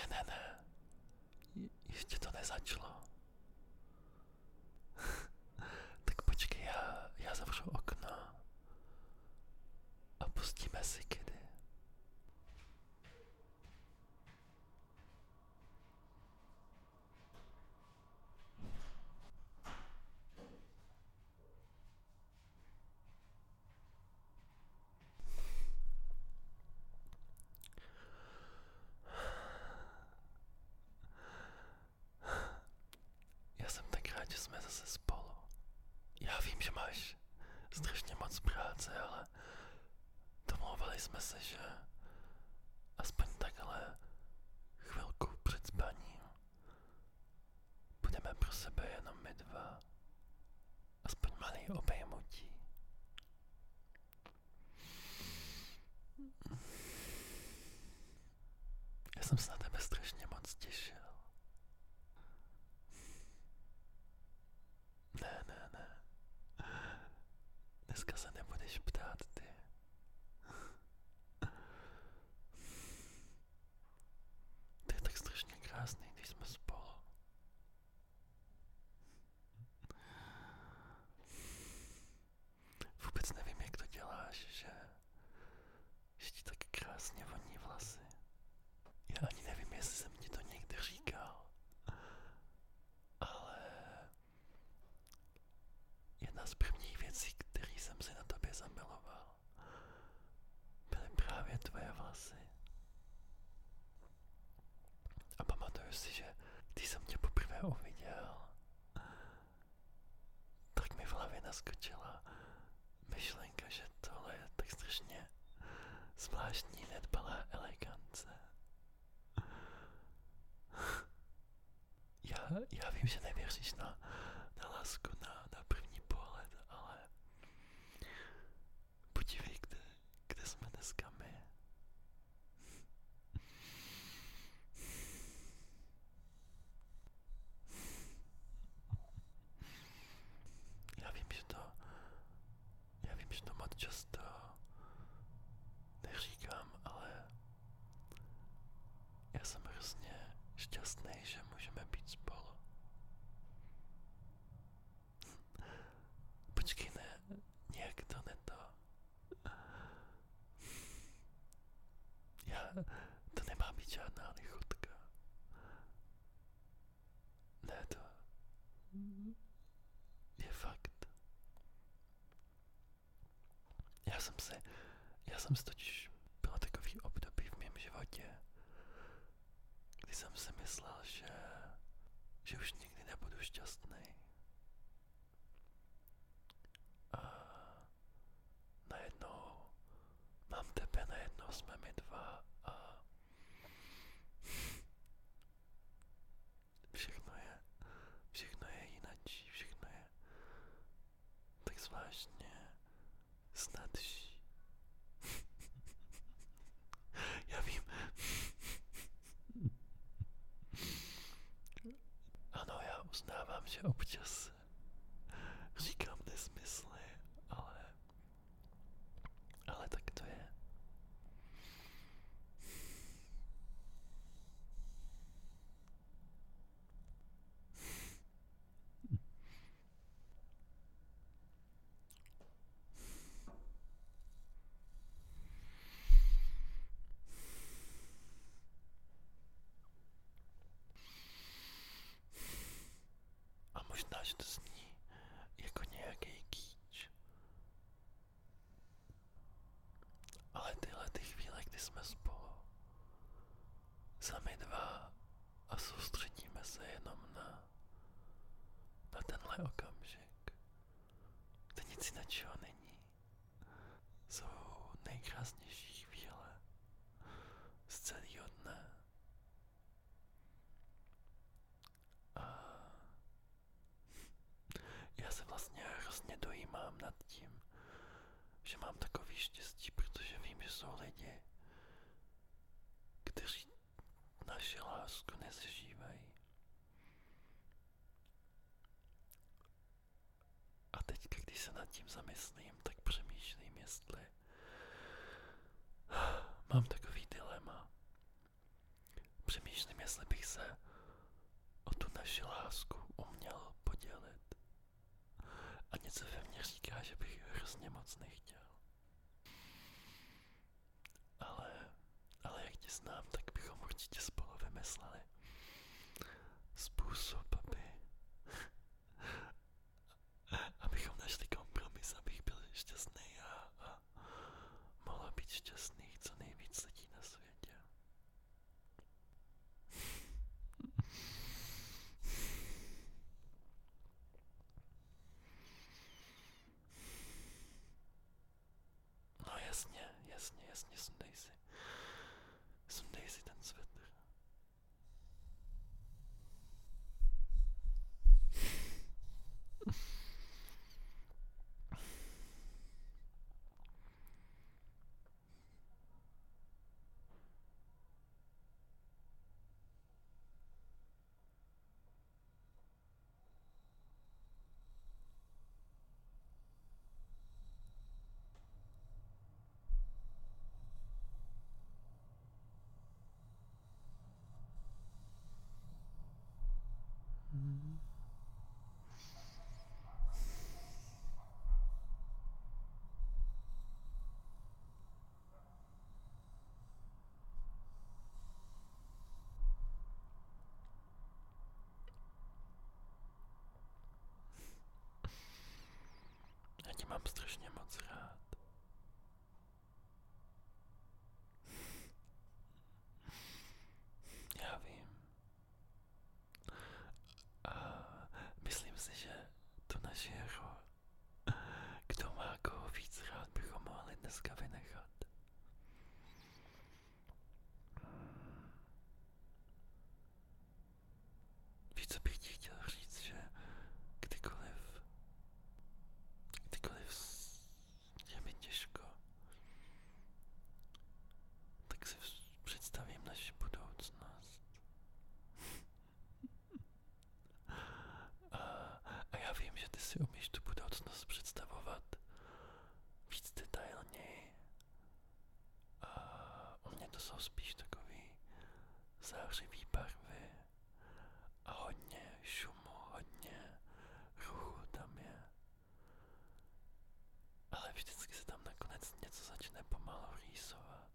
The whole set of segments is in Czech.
Ne. Ještě to nezačalo. Tak počkej, já zavřu okno a pustíme si kedy. Já jsem tak rád, že jsme zase spolu. Já vím, že máš strašně moc práce, ale domlouvali jsme se, že aspoň takhle chvilku před spaním budeme pro sebe jenom my dva. Aspoň malý obejmutí. Já jsem se na tebe strašně moc těšil. Ne. Dneska se nebudeš ptát, ty. To je tak strašně krásný, když jsme spolu. Vůbec nevím, jak to děláš, že ti tak krásně voní vlasy. Já ani nevím, jestli jsem ti to někdy říkal, ale jedna z prvních věcí, které jsem si na tobě zamiloval, byly právě tvoje vlasy. A pamatuju si, že když jsem tě poprvé uviděl, tak mi v hlavě naskočila myšlenka, že tohle je tak strašně zvláštní nedbalá elegance. Já vím, že nevěříš na lásku na první pohled, ale podívej, kde jsme dneska my. Já vím, že to moc často neříkám, ale já jsem hrozně šťastný, že můžeme být spolu. Počkej, ne, nějak to neto. To nemá být žádná lichotka. Ne, to je fakt. Já jsem si totiž bylo takový období v mém životě, kdy jsem si myslel, že už nikdy nebudu šťastný. A najednou mám tebe, najednou jsme my dva a všechno je jinačí, všechno je tak zvláštně snadší. Já vím. Ano, já uznávám, že občas říkám nesmysly, ale tak to je. A možná, že to zní jako nějaký kýč. Ale tyhle ty chvíle, kdy jsme spolu, sami dva a soustředíme se jenom na tenhle okamžik, kde nic jiného není, jsou nejkrásnější chvíle z celého dne. A já se vlastně hrozně dojímám nad tím, že mám takový štěstí, protože vím, že jsou lidi, kteří naši lásku nezažívají. A teď, když se nad tím zamyslím, tak přemýšlím, jestli mám takový dilema. Přemýšlím, naši lásku uměl podělit. A něco ve mně říká, že bych hrozně moc nechtěl. Ale jak tě znám, tak bychom určitě spolu vymysleli způsob, abychom našli kompromis, abych byl šťastný a mohla být šťastných co nejvíc lidí na světě. No jasně, sundej si ten svetr. Já tě mám strašně moc rád. Já vím. A myslím si, že to naše hro, kdo má koho víc rád, bychom mohli dneska vynechat. Víš, co bych ti chtěl říct, že kdykoliv je mi těžko, tak si představím naši budoucnost. A já vím, že ty si umíš tu budoucnost představovat víc detailněji. A u mě to jsou spíš takový zářivý barvy a hodně šumu, hodně ruchu tam je. Ale vždycky se tam nakonec něco začne pomalu rýsovat.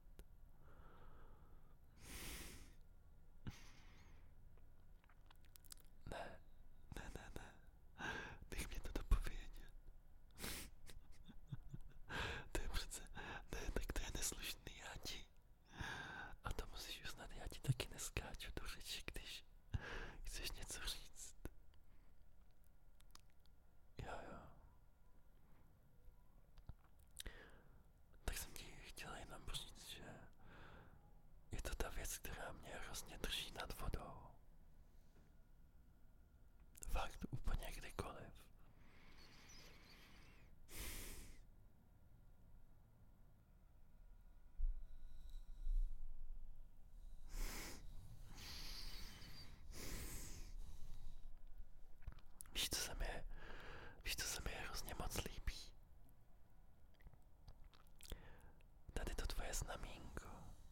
Ne. Nech mě to dopovědět. To je přece, ne, tak to je neslušný, a to musíš uznat, já ti taky neskáču do řeči, když chceš něco říct. Jo. Tak jsem ti chtěla jenom říct, že je to ta věc, která mě hrozně drží nad vodou. Fakt úplně kdykoliv. Víš, co se mi hrozně moc líbí? Tady to tvoje znamínko.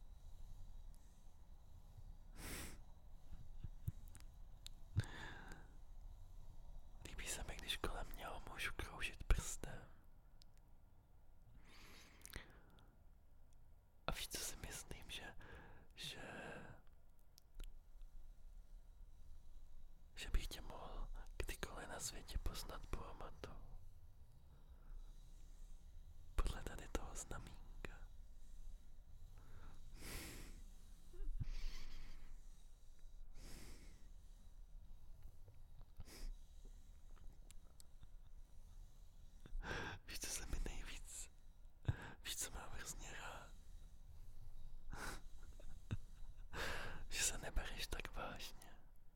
Líbí se mi, když kolem něho můžu kroužit prstem. A víš, co si myslím, že bych tě mohl kdykoliv na světě poznat po pamatu. Podle tady toho znamínka. Víš, co se mi nejvíc, víš, co mám hrozně rád? Že se nebereš tak vážně.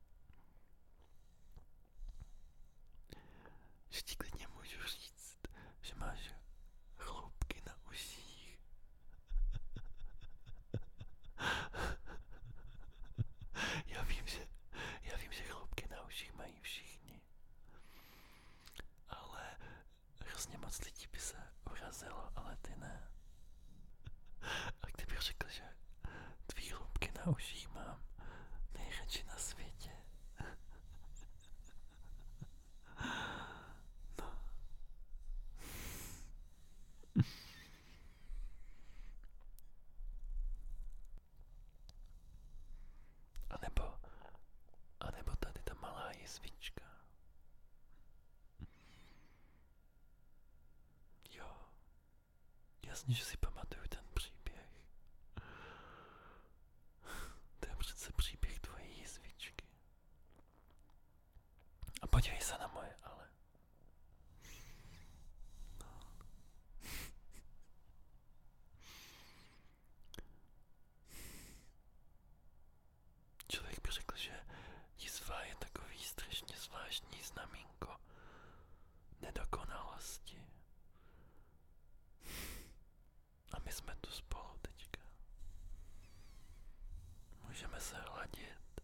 Že ti klidně můžu říct, že máš chloupky na uších. Já vím, že chloupky na uších mají všichni. Ale hrozně moc lidí by se urazilo, ale ty ne. A kdybych řekl, že tvý chloupky na uších mám nejradši na světě, Jasně, že si pamatuju ten příběh. To je přece příběh tvojí jizvičky. A podívej se na moje, ale. No. Člověk by řekl, že jizva je takový strašně zvláštní znamínko nedokonalosti. A my jsme tu spolu teďka. Můžeme se hladit.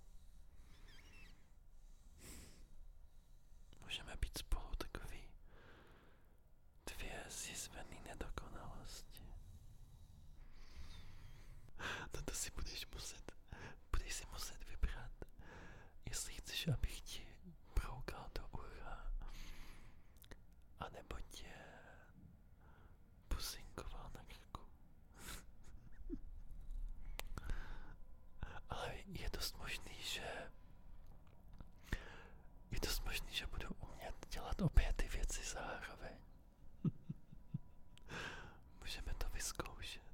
Můžeme být spolu takový dvě zjizvený nedokonalosti. No to si budeš si muset vybrat, jestli chceš, abych ti broukal do ucha, anebo tě pusinkoval na krku. Ale je dost možný, že budu umět dělat obě ty věci zároveň. Můžeme to vyzkoušet.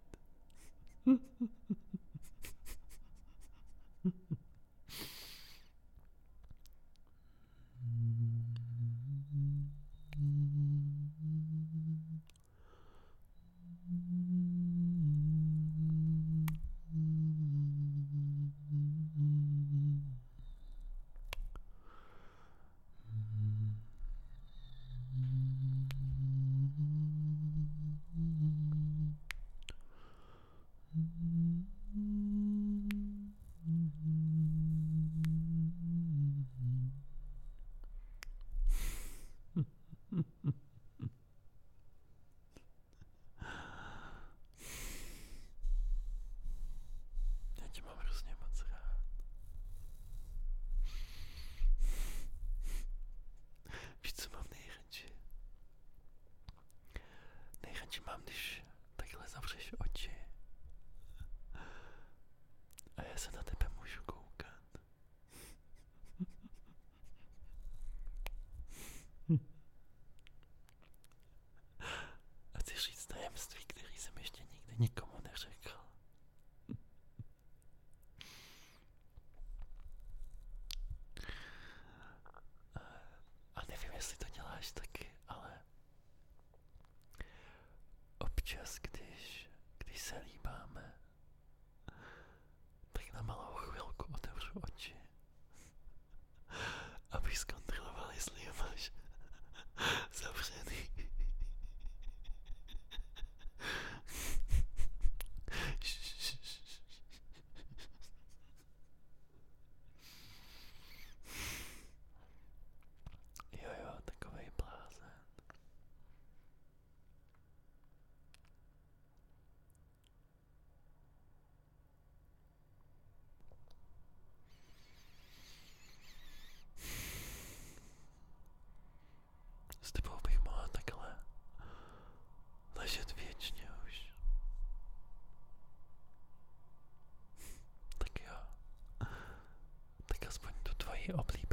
Já tě mám hrozně moc rád. Víš, co mám nejradši? Nejradši mám, když takhle zavřeš oči a já se na tebe můžu koukat. A chci říct tajemství, který jsem ještě nikdy nikomu neřekl. A nevím, jestli to děláš taky, ale občas, když se líbáme, tak na malou chvilku otevřu oči, abych zkontroloval, jestli je máš zavřený. Jo, takovej blázen. S tebou bych mohla takhle ležet věčně už. Tak jo. Tak aspoň tu tvoji oblíbenou